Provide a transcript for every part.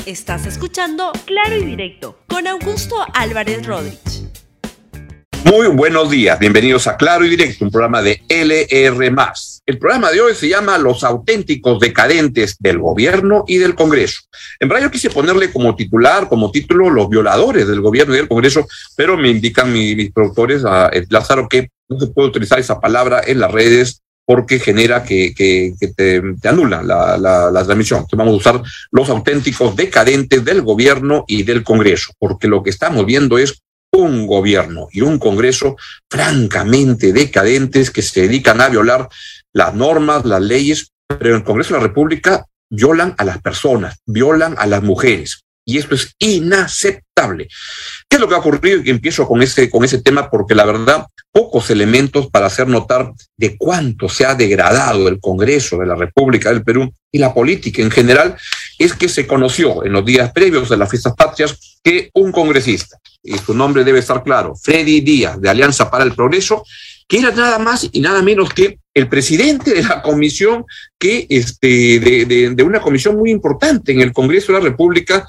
Estás escuchando Claro y Directo con Augusto Álvarez Rodríguez. Muy buenos días, bienvenidos a Claro y Directo, un programa de LR+. El programa de hoy se llama Los auténticos decadentes del gobierno y del Congreso. En verdad yo quise ponerle como título Los violadores del gobierno y del Congreso, pero me indican mis productores, Lázaro, que no se puede utilizar esa palabra en las redes porque genera que te anula la transmisión. Entonces vamos a usar los auténticos decadentes del gobierno y del Congreso, porque lo que estamos viendo es un gobierno y un Congreso francamente decadentes que se dedican a violar las normas, las leyes, pero en el Congreso de la República violan a las personas, violan a las mujeres. Y esto es inaceptable. ¿Qué es lo que ha ocurrido? Y empiezo con ese tema porque la verdad, pocos elementos para hacer notar de cuánto se ha degradado el Congreso de la República del Perú y la política en general, es que se conoció en los días previos de las fiestas patrias que un congresista, y su nombre debe estar claro, Freddy Díaz, de Alianza para el Progreso, que era nada más y nada menos que el presidente de la comisión de una comisión muy importante en el Congreso de la República,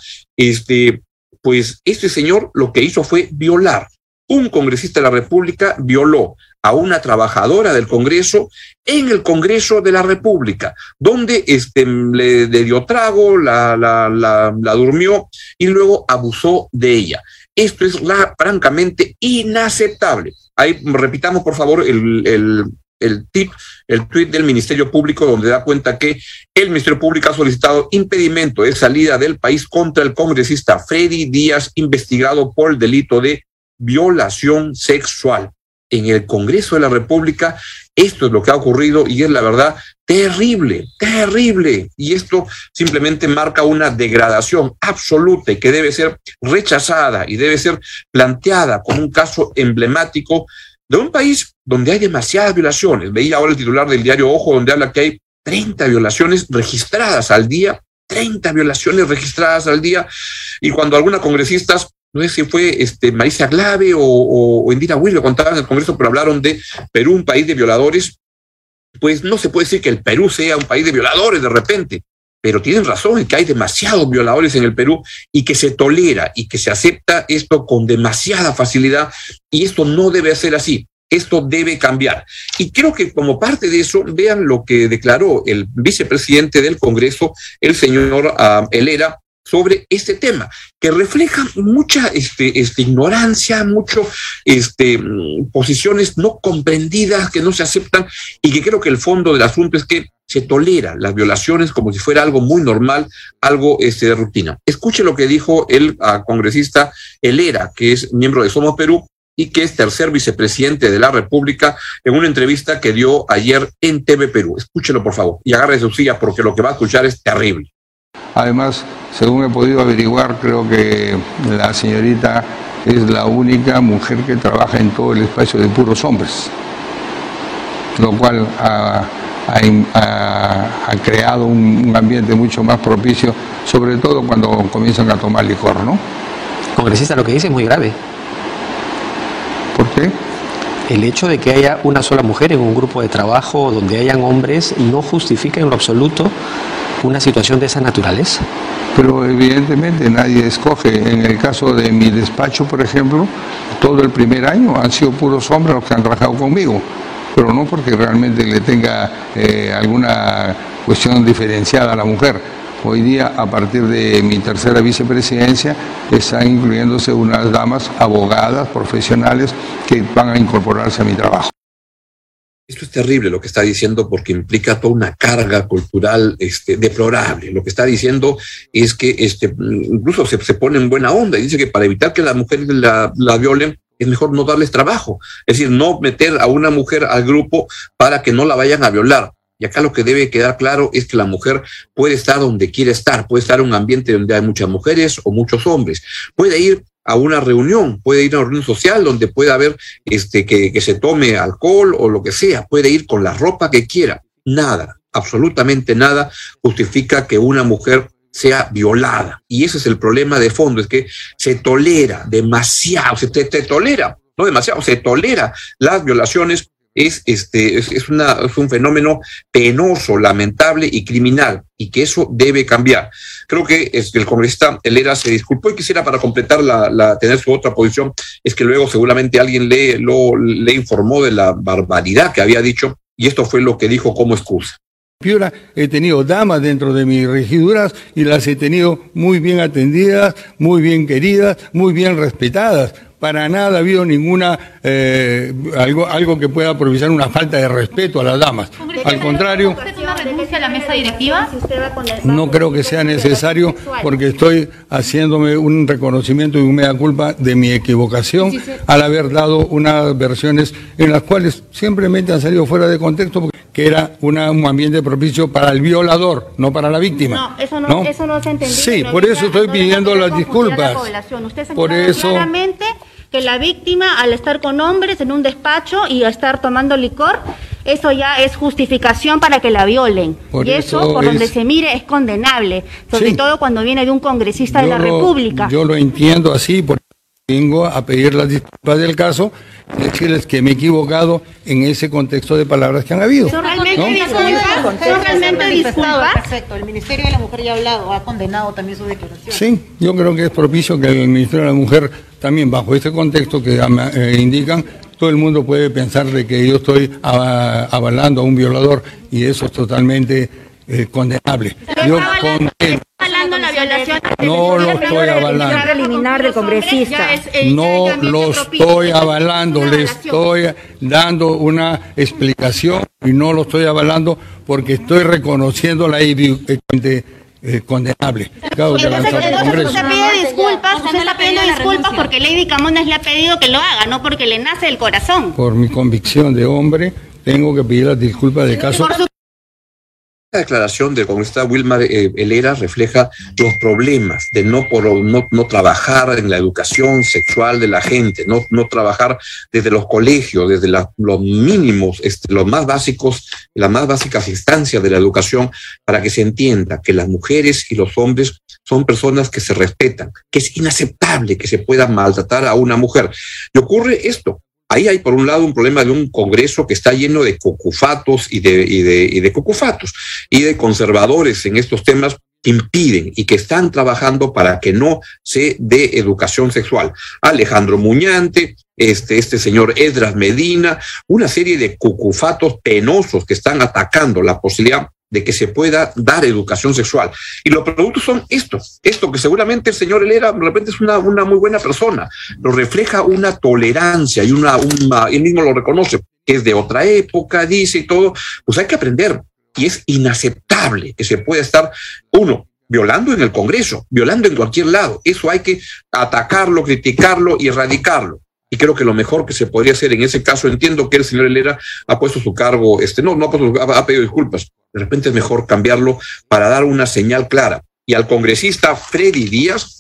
pues este señor lo que hizo fue violar. Un congresista de la República violó a una trabajadora del Congreso en el Congreso de la República, donde le dio trago, la durmió y luego abusó de ella. Esto es francamente inaceptable. Ahí repitamos, por favor, el tuit del Ministerio Público, donde da cuenta que el Ministerio Público ha solicitado impedimento de salida del país contra el congresista Freddy Díaz, investigado por el delito de violación sexual. En el Congreso de la República, esto es lo que ha ocurrido y es la verdad terrible, terrible. Y esto simplemente marca una degradación absoluta y que debe ser rechazada y debe ser planteada como un caso emblemático de un país donde hay demasiadas violaciones. Veía ahora el titular del diario Ojo, donde habla que hay 30 violaciones registradas al día, 30 violaciones registradas al día, y cuando algunas congresistas, no sé si fue Marisa Glave o Indira Will, lo contaban en el Congreso, pero hablaron de Perú, un país de violadores, pues no se puede decir que el Perú sea un país de violadores de repente, pero tienen razón en que hay demasiados violadores en el Perú y que se tolera y que se acepta esto con demasiada facilidad, y esto no debe ser así. Esto debe cambiar. Y creo que como parte de eso, vean lo que declaró el vicepresidente del Congreso, el señor Helera, sobre este tema, que refleja mucha ignorancia, mucho posiciones no comprendidas, que no se aceptan, y que creo que el fondo del asunto es que se tolera las violaciones como si fuera algo muy normal, algo de rutina. Escuche lo que dijo el congresista Helera, que es miembro de Somos Perú y que es tercer vicepresidente de la República, en una entrevista que dio ayer en TV Perú. Escúchelo, por favor, y agarre su silla porque lo que va a escuchar es terrible. Además, según he podido averiguar, creo que la señorita es la única mujer que trabaja en todo el espacio de puros hombres, lo cual ha creado un ambiente mucho más propicio, sobre todo cuando comienzan a tomar licor, ¿no? Congresista, lo que dice es muy grave. ¿Por qué? El hecho de que haya una sola mujer en un grupo de trabajo donde hayan hombres no justifica en lo absoluto una situación de esa naturaleza. Pero evidentemente nadie escoge. En el caso de mi despacho, por ejemplo, todo el primer año han sido puros hombres los que han trabajado conmigo, pero no porque realmente le tenga alguna cuestión diferenciada a la mujer. Hoy día, a partir de mi tercera vicepresidencia, están incluyéndose unas damas abogadas, profesionales, que van a incorporarse a mi trabajo. Esto es terrible lo que está diciendo porque implica toda una carga cultural deplorable. Lo que está diciendo es que incluso se pone en buena onda y dice que para evitar que las mujeres la violen es mejor no darles trabajo. Es decir, no meter a una mujer al grupo para que no la vayan a violar. Y acá lo que debe quedar claro es que la mujer puede estar donde quiere estar, puede estar en un ambiente donde hay muchas mujeres o muchos hombres, puede ir a una reunión, puede ir a una reunión social donde pueda haber que se tome alcohol o lo que sea, puede ir con la ropa que quiera. Nada, absolutamente nada justifica que una mujer sea violada. Y ese es el problema de fondo, es que se tolera demasiado, se tolera, no demasiado, se tolera las violaciones es un fenómeno penoso, lamentable y criminal, y que eso debe cambiar. Creo que el congresista Helera se disculpó, y quisiera, para completar tener su otra posición, es que luego seguramente alguien le informó de la barbaridad que había dicho, y esto fue lo que dijo como excusa. Piura, he tenido damas dentro de mis regiduras y las he tenido muy bien atendidas, muy bien queridas, muy bien respetadas. Para nada ha habido ninguna algo que pueda propiciar una falta de respeto a las damas. Al contrario, ¿Usted una renuncia a la mesa directiva? no creo que sea necesario, porque estoy haciéndome un reconocimiento y un mea culpa de mi equivocación al haber dado unas versiones en las cuales simplemente han salido fuera de contexto, que era un ambiente propicio para el violador, no para la víctima. No, eso no se ha entendido. Sí, por eso estoy pidiendo las disculpas. Usted por eso claramente que la víctima, al estar con hombres en un despacho y a estar tomando licor, eso ya es justificación para que la violen. Por y eso, por donde se mire, es condenable, sobre todo cuando viene de un congresista de la República. Yo lo entiendo así, porque vengo a pedir las disculpas del caso, decirles que me he equivocado en ese contexto de palabras que han habido. ¿Son realmente disculpas? ¿Son realmente disculpas? Perfecto, el Ministerio de la Mujer ya ha hablado, ha condenado también su declaración. Sí, yo creo que es propicio que el Ministerio de la Mujer, también bajo este contexto que indican, todo el mundo puede pensar de que yo estoy avalando a un violador, y eso es totalmente condenable. Yo avalando la violación. No lo estoy avalando. Preliminar del congresista. No lo estoy avalando, le estoy dando una explicación, y no lo estoy avalando porque estoy reconociendo la condenable. Claro que Usted está pidiendo disculpas porque Lady Camones le ha pedido que lo haga, no porque le nace el corazón. Por mi convicción de hombre, tengo que pedir las disculpas del caso. La declaración del congresista Wilmar Helera refleja los problemas de no trabajar en la educación sexual de la gente, no trabajar desde los colegios, desde los mínimos, los más básicos, las más básicas instancias de la educación, para que se entienda que las mujeres y los hombres son personas que se respetan, que es inaceptable que se pueda maltratar a una mujer. Y ocurre esto. Ahí hay, por un lado, un problema de un Congreso que está lleno de cucufatos y de cucufatos y de conservadores en estos temas que impiden y que están trabajando para que no se dé educación sexual. Alejandro Muñante, este señor Esdras Medina, una serie de cucufatos penosos que están atacando la posibilidad de que se pueda dar educación sexual. Y los productos son esto que seguramente el señor Helera de repente es una muy buena persona, lo refleja una tolerancia y él mismo lo reconoce, que es de otra época, dice y todo, pues hay que aprender. Y es inaceptable que se pueda estar, violando en el Congreso, violando en cualquier lado. Eso hay que atacarlo, criticarlo y erradicarlo. Y creo que lo mejor que se podría hacer en ese caso, entiendo que el señor Helera ha puesto su cargo, ha pedido disculpas. De repente es mejor cambiarlo para dar una señal clara. Y al congresista Freddy Díaz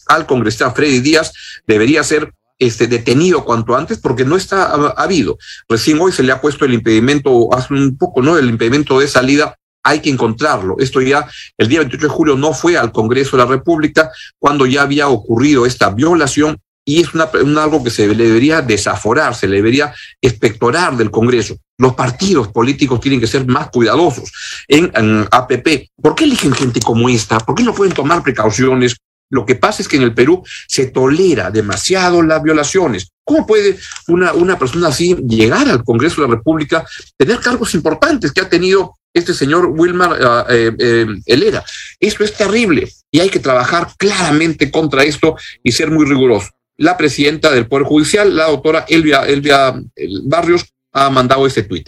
debería ser detenido cuanto antes, porque no está habido. Recién hoy se le ha puesto el impedimento, hace un poco, el impedimento de salida. Hay que encontrarlo. Esto ya, el día 28 de julio no fue al Congreso de la República, cuando ya había ocurrido esta violación. Y es algo que se le debería desaforar, se le debería expectorar del Congreso. Los partidos políticos tienen que ser más cuidadosos. En APP, ¿por qué eligen gente como esta? ¿Por qué no pueden tomar precauciones? Lo que pasa es que en el Perú se tolera demasiado las violaciones. ¿Cómo puede una persona así llegar al Congreso de la República, tener cargos importantes que ha tenido este señor Wilmar Helera? Esto es terrible y hay que trabajar claramente contra esto y ser muy riguroso. La presidenta del Poder Judicial, la doctora Elvia Barrios, ha mandado este tuit.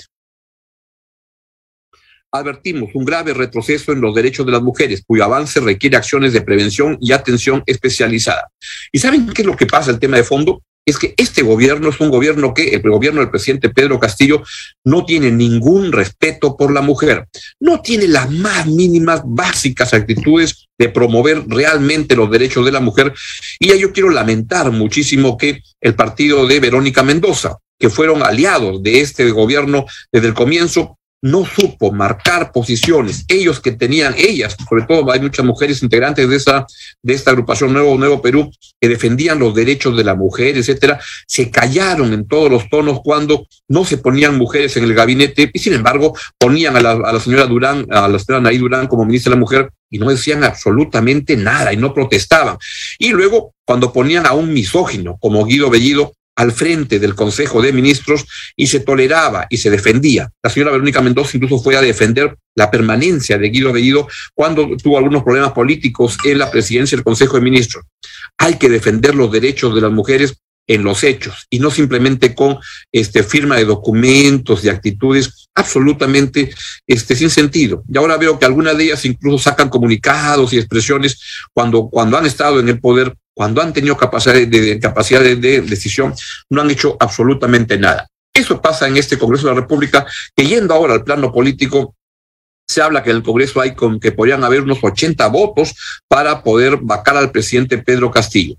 Advertimos un grave retroceso en los derechos de las mujeres, cuyo avance requiere acciones de prevención y atención especializada. ¿Y saben qué es lo que pasa, el tema de fondo? Es que este gobierno es un gobierno que, el gobierno del presidente Pedro Castillo, no tiene ningún respeto por la mujer, no tiene las más mínimas, básicas actitudes de promover realmente los derechos de la mujer. Y yo quiero lamentar muchísimo que el partido de Verónica Mendoza, que fueron aliados de este gobierno desde el comienzo, no supo marcar posiciones, ellos que tenían, ellas, sobre todo hay muchas mujeres integrantes de esta agrupación Nuevo Perú, que defendían los derechos de la mujer, etcétera, se callaron en todos los tonos cuando no se ponían mujeres en el gabinete, y sin embargo ponían a la señora Durán, a la señora Anaí Durán como ministra de la Mujer, y no decían absolutamente nada, y no protestaban. Y luego, cuando ponían a un misógino como Guido Bellido al frente del Consejo de Ministros, y se toleraba y se defendía. La señora Verónica Mendoza incluso fue a defender la permanencia de Guido Bellido cuando tuvo algunos problemas políticos en la presidencia del Consejo de Ministros. Hay que defender los derechos de las mujeres en los hechos y no simplemente con firma de documentos y actitudes absolutamente sin sentido. Y ahora veo que algunas de ellas incluso sacan comunicados y expresiones cuando han estado en el poder, cuando han tenido capacidad de decisión, no han hecho absolutamente nada. Eso pasa en este Congreso de la República, que yendo ahora al plano político, se habla que en el Congreso que podrían haber unos 80 votos para poder vacar al presidente Pedro Castillo.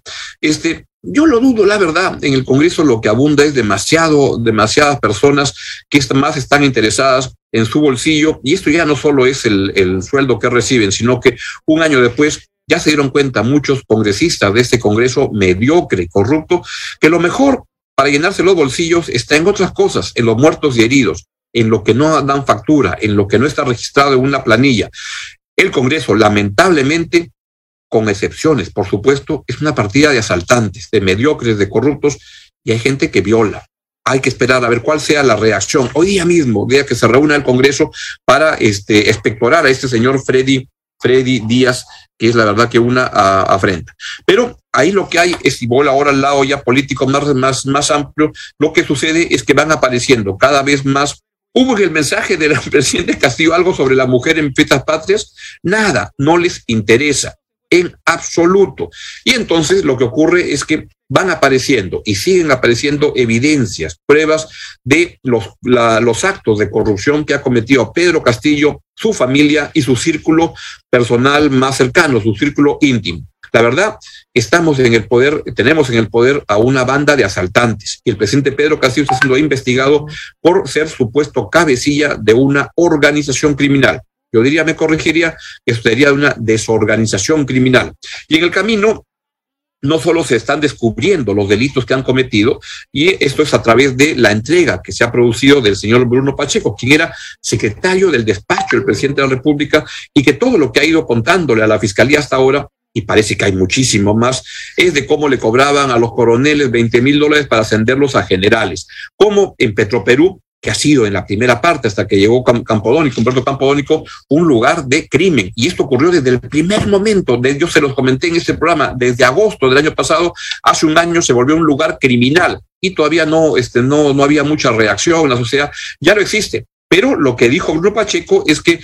Yo lo dudo, la verdad. En el Congreso lo que abunda es demasiadas personas que más están interesadas en su bolsillo, y esto ya no solo es el sueldo que reciben, sino que un año después ya se dieron cuenta muchos congresistas de este Congreso mediocre y corrupto que lo mejor para llenarse los bolsillos está en otras cosas, en los muertos y heridos, en lo que no dan factura, en lo que no está registrado en una planilla. El Congreso, lamentablemente, con excepciones, por supuesto, es una partida de asaltantes, de mediocres, de corruptos, y hay gente que viola. Hay que esperar a ver cuál sea la reacción. Hoy día mismo, día que se reúna el Congreso para expectorar a este señor Freddy Díaz, que es la verdad que una afrenta. Pero ahí lo que hay es, y voy ahora al lado ya político más amplio, lo que sucede es que van apareciendo cada vez más. ¿Hubo en el mensaje del presidente Castillo algo sobre la mujer en fiestas patrias? Nada, no les interesa en absoluto. Y entonces lo que ocurre es que van apareciendo y siguen apareciendo evidencias, pruebas de los actos de corrupción que ha cometido Pedro Castillo, su familia y su círculo personal más cercano, su círculo íntimo. La verdad, tenemos en el poder a una banda de asaltantes, y el presidente Pedro Castillo está siendo investigado por ser supuesto cabecilla de una organización criminal. Yo me corregiría, que esto sería una desorganización criminal. Y en el camino no solo se están descubriendo los delitos que han cometido, y esto es a través de la entrega que se ha producido del señor Bruno Pacheco, quien era secretario del despacho del presidente de la República, y que todo lo que ha ido contándole a la Fiscalía hasta ahora, y parece que hay muchísimo más, es de cómo le cobraban a los coroneles $20,000 para ascenderlos a generales, como en Petroperú, que ha sido en la primera parte hasta que llegó Humberto Campodónico, un lugar de crimen. Y esto ocurrió desde el primer momento, yo se los comenté en este programa, desde agosto del año pasado, hace un año se volvió un lugar criminal, y todavía no había mucha reacción, la sociedad ya no existe. Pero lo que dijo Bruno Pacheco es que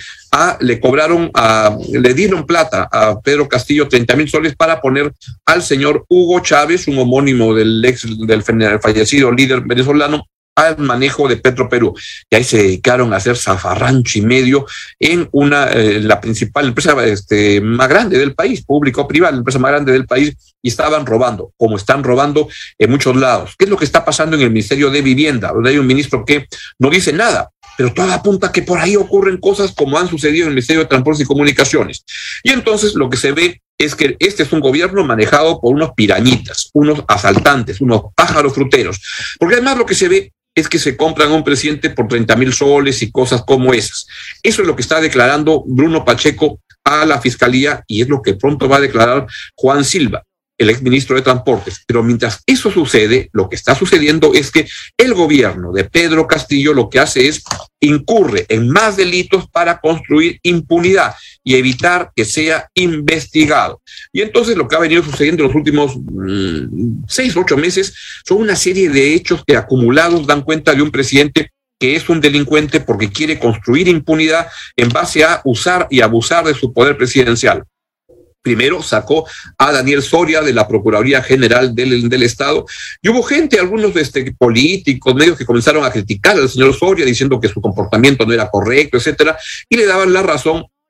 le dieron plata a Pedro Castillo, 30,000 soles, para poner al señor Hugo Chávez, un homónimo del fallecido líder venezolano, al manejo de Petroperú. Y ahí se dedicaron a hacer zafarrancho y medio en la principal empresa más grande del país, público-privada, la empresa más grande del país, y estaban robando, como están robando en muchos lados. ¿Qué es lo que está pasando en el Ministerio de Vivienda? Donde hay un ministro que no dice nada, pero todo apunta que por ahí ocurren cosas como han sucedido en el Ministerio de Transportes y Comunicaciones. Y entonces lo que se ve es que este es un gobierno manejado por unos pirañitas, unos asaltantes, unos pájaros fruteros. Porque además lo que se ve es que se compran a un presidente por 30,000 soles y cosas como esas. Eso es lo que está declarando Bruno Pacheco a la Fiscalía, y es lo que pronto va a declarar Juan Silva, el exministro de Transportes. Pero mientras eso sucede, lo que está sucediendo es que el gobierno de Pedro Castillo lo que hace es incurre en más delitos para construir impunidad y evitar que sea investigado. Y entonces lo que ha venido sucediendo en los últimos 6 u 8 meses son una serie de hechos que acumulados dan cuenta de un presidente que es un delincuente porque quiere construir impunidad en base a usar y abusar de su poder presidencial. Primero sacó a Daniel Soria de la Procuraduría General del Estado, y hubo gente, algunos políticos, medios, que comenzaron a criticar al señor Soria diciendo que su comportamiento no era correcto, etcétera, y le daban la razón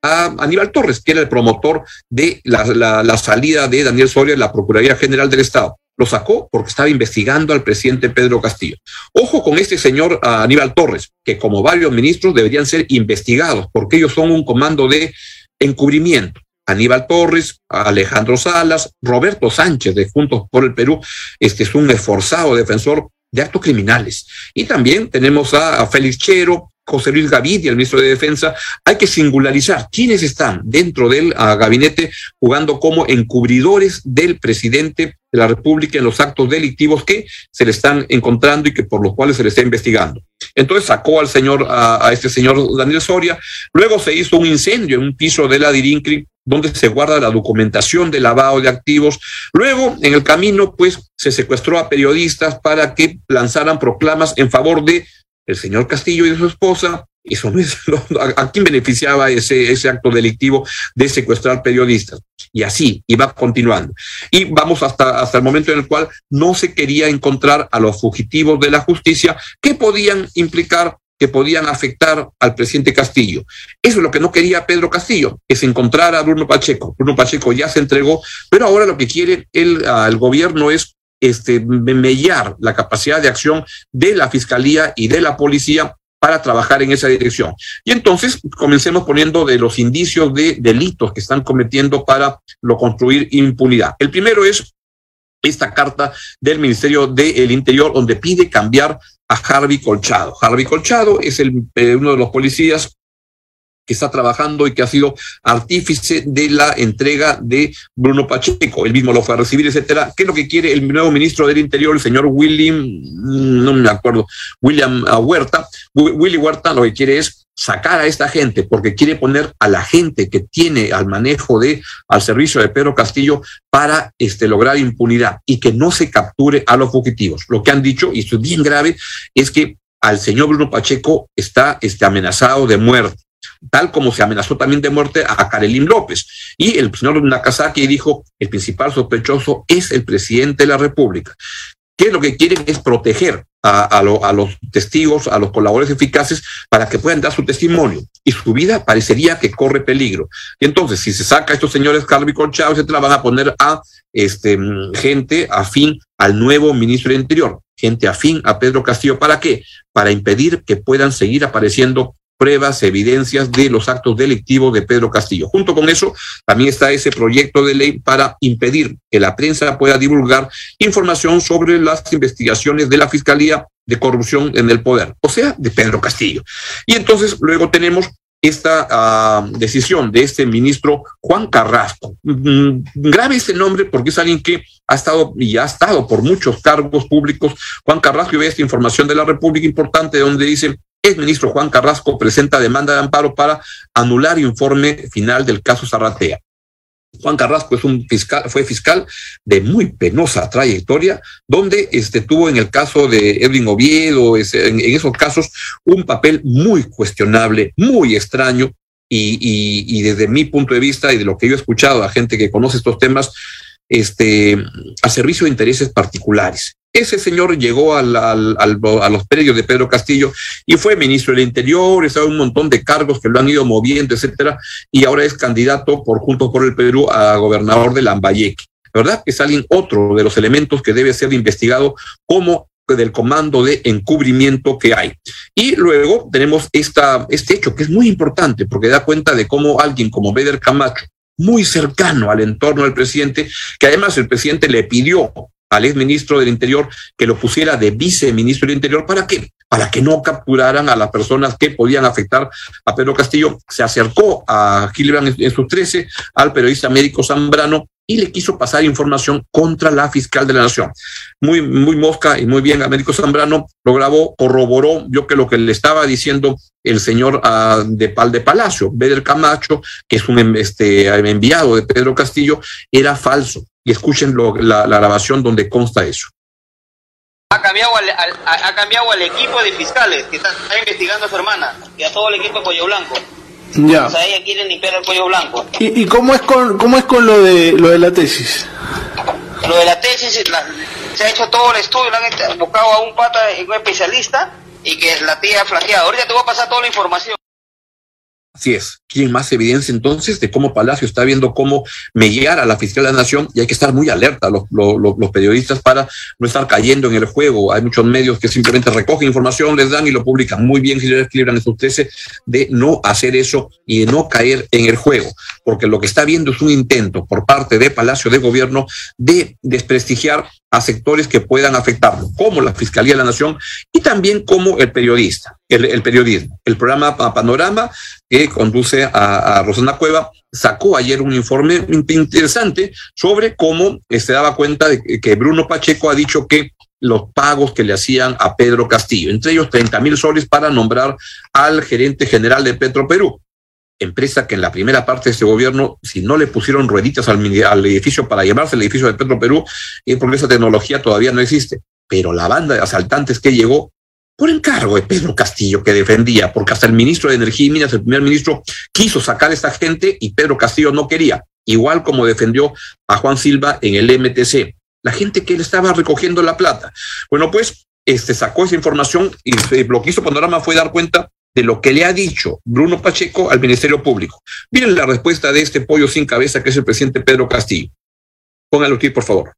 a Aníbal Torres, que era el promotor de la salida de Daniel Soria de la Procuraduría General del Estado. Lo sacó porque estaba investigando al presidente Pedro Castillo. Ojo con este señor Aníbal Torres, que como varios ministros deberían ser investigados, porque ellos son un comando de encubrimiento. Aníbal Torres, Alejandro Salas, Roberto Sánchez de Juntos por el Perú, es un esforzado defensor de actos criminales. Y también tenemos a Félix Chero, José Luis Gavidia, el ministro de Defensa. Hay que singularizar quiénes están dentro del gabinete jugando como encubridores del presidente de la República en los actos delictivos que se le están encontrando y que por los cuales se le está investigando. Entonces sacó a este señor Daniel Soria. Luego se hizo un incendio en un piso de la Dirincri donde se guarda la documentación de lavado de activos. Luego, en el camino, pues, se secuestró a periodistas para que lanzaran proclamas en favor de el señor Castillo y de su esposa. Eso no es ¿a quién beneficiaba ese acto delictivo de secuestrar periodistas? Y así iba continuando. Y vamos hasta el momento en el cual no se quería encontrar a los fugitivos de la justicia que podían implicar, que podían afectar al presidente Castillo. Eso es lo que no quería Pedro Castillo, es encontrar a Bruno Pacheco. Bruno Pacheco ya se entregó, pero ahora lo que quiere el gobierno es mellar la capacidad de acción de la Fiscalía y de la Policía para trabajar en esa dirección. Y entonces comencemos poniendo de los indicios de delitos que están cometiendo para construir impunidad. El primero es esta carta del Ministerio del Interior donde pide cambiar a Harvey Colchado. Harvey Colchado es uno de los policías que está trabajando y que ha sido artífice de la entrega de Bruno Pacheco. Él mismo lo fue a recibir, etcétera. ¿Qué es lo que quiere el nuevo ministro del Interior, el señor Willy Huerta? Lo que quiere es sacar a esta gente, porque quiere poner a la gente que tiene al manejo al servicio de Pedro Castillo para lograr impunidad y que no se capture a los fugitivos. Lo que han dicho, y esto es bien grave, es que al señor Bruno Pacheco está amenazado de muerte, tal como se amenazó también de muerte a Karelin López. Y el señor Nakazaki dijo, el principal sospechoso es el presidente de la República. ¿Qué es lo que quieren? Es proteger a los testigos, a los colaboradores eficaces, para que puedan dar su testimonio. Y su vida parecería que corre peligro. Y entonces, si se saca a estos señores Harvey Colchado, etcétera, van a poner a gente afín al nuevo ministro del Interior, gente afín a Pedro Castillo. ¿Para qué? Para impedir que puedan seguir apareciendo pruebas, evidencias de los actos delictivos de Pedro Castillo. Junto con eso, también está ese proyecto de ley para impedir que la prensa pueda divulgar información sobre las investigaciones de la Fiscalía de corrupción en el poder, o sea, de Pedro Castillo. Y entonces luego tenemos esta decisión de este ministro Juan Carrasco. Grave ese nombre porque es alguien que ha estado por muchos cargos públicos. Juan Carrasco, y ve esta información de la República importante donde dice: el ministro Juan Carrasco presenta demanda de amparo para anular informe final del caso Zarratea. Juan Carrasco fue fiscal de muy penosa trayectoria, donde tuvo en el caso de Edwin Oviedo, en esos casos, un papel muy cuestionable, muy extraño, y desde mi punto de vista y de lo que yo he escuchado a gente que conoce estos temas, a servicio de intereses particulares. Ese señor llegó a los predios de Pedro Castillo y fue ministro del Interior, estaba en un montón de cargos que lo han ido moviendo, etcétera, y ahora es candidato por Juntos por el Perú a gobernador de Lambayeque. ¿Verdad? Es otro de los elementos que debe ser investigado como del comando de encubrimiento que hay. Y luego tenemos este hecho que es muy importante porque da cuenta de cómo alguien como Beder Camacho, muy cercano al entorno del presidente, que además el presidente le pidió al exministro del Interior que lo pusiera de viceministro del Interior. ¿Para qué? Para que no capturaran a las personas que podían afectar a Pedro Castillo. Se acercó a Gillibrand en sus 13, al periodista Américo Zambrano, y le quiso pasar información contra la fiscal de la Nación. Muy mosca y muy bien Américo Zambrano lo grabó, corroboró, vio que lo que le estaba diciendo el señor de Palacio, Beder Camacho, que es un enviado de Pedro Castillo, era falso. Y escuchen la grabación donde consta eso. Ha cambiado al equipo de fiscales que está investigando a su hermana y a todo el equipo de Cuello Blanco. Ya. O sea, ella quiere limpiar el Cuello Blanco. ¿Y cómo es con lo de la tesis? Lo de la tesis, se ha hecho todo el estudio, le han buscado a un especialista y que la tía ha flaqueado. Ahorita te voy a pasar toda la información. Así es. ¿Quién más evidencia entonces de cómo Palacio está viendo cómo mediar a la Fiscalía de la Nación? Y hay que estar muy alerta los periodistas para no estar cayendo en el juego. Hay muchos medios que simplemente recogen información, les dan y lo publican. Muy bien, si les equilibran esos 13 de no hacer eso y de no caer en el juego. Porque lo que está viendo es un intento por parte de Palacio de Gobierno de desprestigiar a sectores que puedan afectarlo, como la Fiscalía de la Nación y también como el periodismo. El programa Panorama, que conduce a Rosana Cueva, sacó ayer un informe interesante sobre cómo se daba cuenta de que Bruno Pacheco ha dicho que los pagos que le hacían a Pedro Castillo, entre ellos 30,000 soles para nombrar al gerente general de Petroperú, empresa que en la primera parte de este gobierno, si no le pusieron rueditas al edificio para llamarse el edificio de Petroperú, es porque esa tecnología todavía no existe. Pero la banda de asaltantes que llegó por encargo de Pedro Castillo, que defendía, porque hasta el ministro de Energía y Minas, el primer ministro, quiso sacar a esta gente y Pedro Castillo no quería, igual como defendió a Juan Silva en el MTC, la gente que le estaba recogiendo la plata. Bueno, pues sacó esa información y lo que hizo Panorama fue dar cuenta de lo que le ha dicho Bruno Pacheco al Ministerio Público. Miren la respuesta de este pollo sin cabeza que es el presidente Pedro Castillo. Pónganlo aquí, por favor.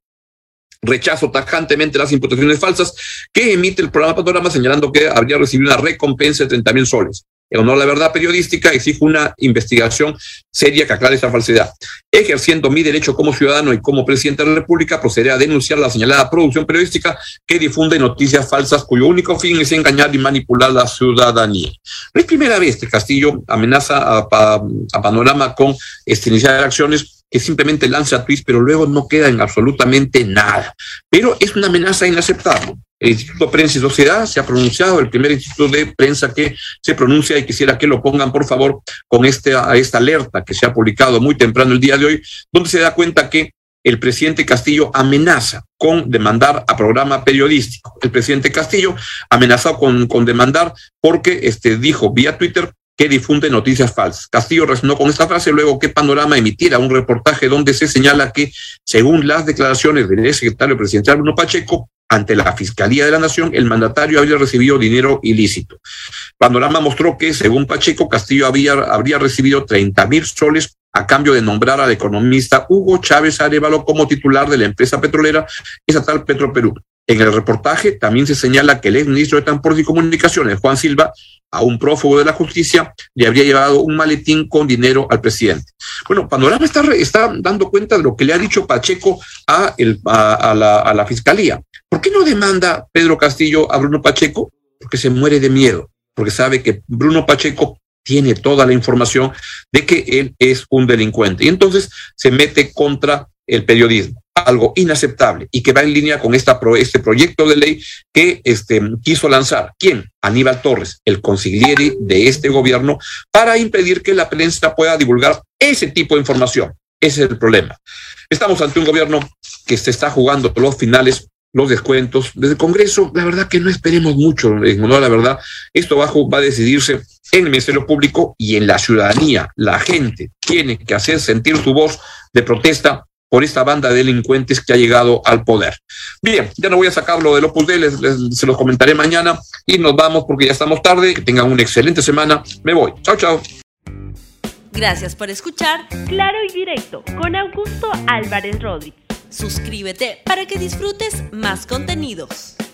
Rechazo tajantemente las imputaciones falsas que emite el programa Panorama, señalando que habría recibido una recompensa de 30,000 soles. En honor a la verdad periodística, exijo una investigación seria que aclare esta falsedad. Ejerciendo mi derecho como ciudadano y como presidente de la República, procederé a denunciar la señalada producción periodística que difunde noticias falsas cuyo único fin es engañar y manipular a la ciudadanía. No es primera vez que Castillo amenaza a Panorama con iniciar acciones que simplemente lanza tweets, pero luego no queda en absolutamente nada. Pero es una amenaza inaceptable. El Instituto de Prensa y Sociedad se ha pronunciado, el primer instituto de prensa que se pronuncia, y quisiera que lo pongan, por favor, con esta alerta que se ha publicado muy temprano el día de hoy, donde se da cuenta que el presidente Castillo amenaza con demandar a programa periodístico. El presidente Castillo amenazó con demandar porque dijo vía Twitter que difunde noticias falsas. Castillo resonó con esta frase luego que Panorama emitiera un reportaje donde se señala que, según las declaraciones del secretario presidencial Bruno Pacheco, ante la Fiscalía de la Nación, el mandatario habría recibido dinero ilícito. Panorama mostró que, según Pacheco, Castillo habría recibido 30,000 soles a cambio de nombrar al economista Hugo Chávez Arévalo como titular de la empresa petrolera estatal Petroperú. En el reportaje también se señala que el exministro de Transporte y Comunicaciones, Juan Silva, a un prófugo de la justicia, le habría llevado un maletín con dinero al presidente. Bueno, Panorama está dando cuenta de lo que le ha dicho Pacheco a la Fiscalía. ¿Por qué no demanda Pedro Castillo a Bruno Pacheco? Porque se muere de miedo, porque sabe que Bruno Pacheco tiene toda la información de que él es un delincuente. Y entonces se mete contra el periodismo, algo inaceptable y que va en línea con este proyecto de ley que quiso lanzar. ¿Quién? Aníbal Torres, el consigliere de este gobierno, para impedir que la prensa pueda divulgar ese tipo de información. Ese es el problema. Estamos ante un gobierno que se está jugando los finales, los descuentos. Desde el Congreso, la verdad que no esperemos mucho, no, la verdad, esto va a decidirse en el Ministerio Público y en la ciudadanía. La gente tiene que hacer sentir su voz de protesta por esta banda de delincuentes que ha llegado al poder. Bien, ya no voy a sacarlo del Opus Dei, se los comentaré mañana y nos vamos porque ya estamos tarde. Que tengan una excelente semana. Me voy. Chao, chao. Gracias por escuchar Claro y Directo con Augusto Álvarez Rodríguez. Suscríbete para que disfrutes más contenidos.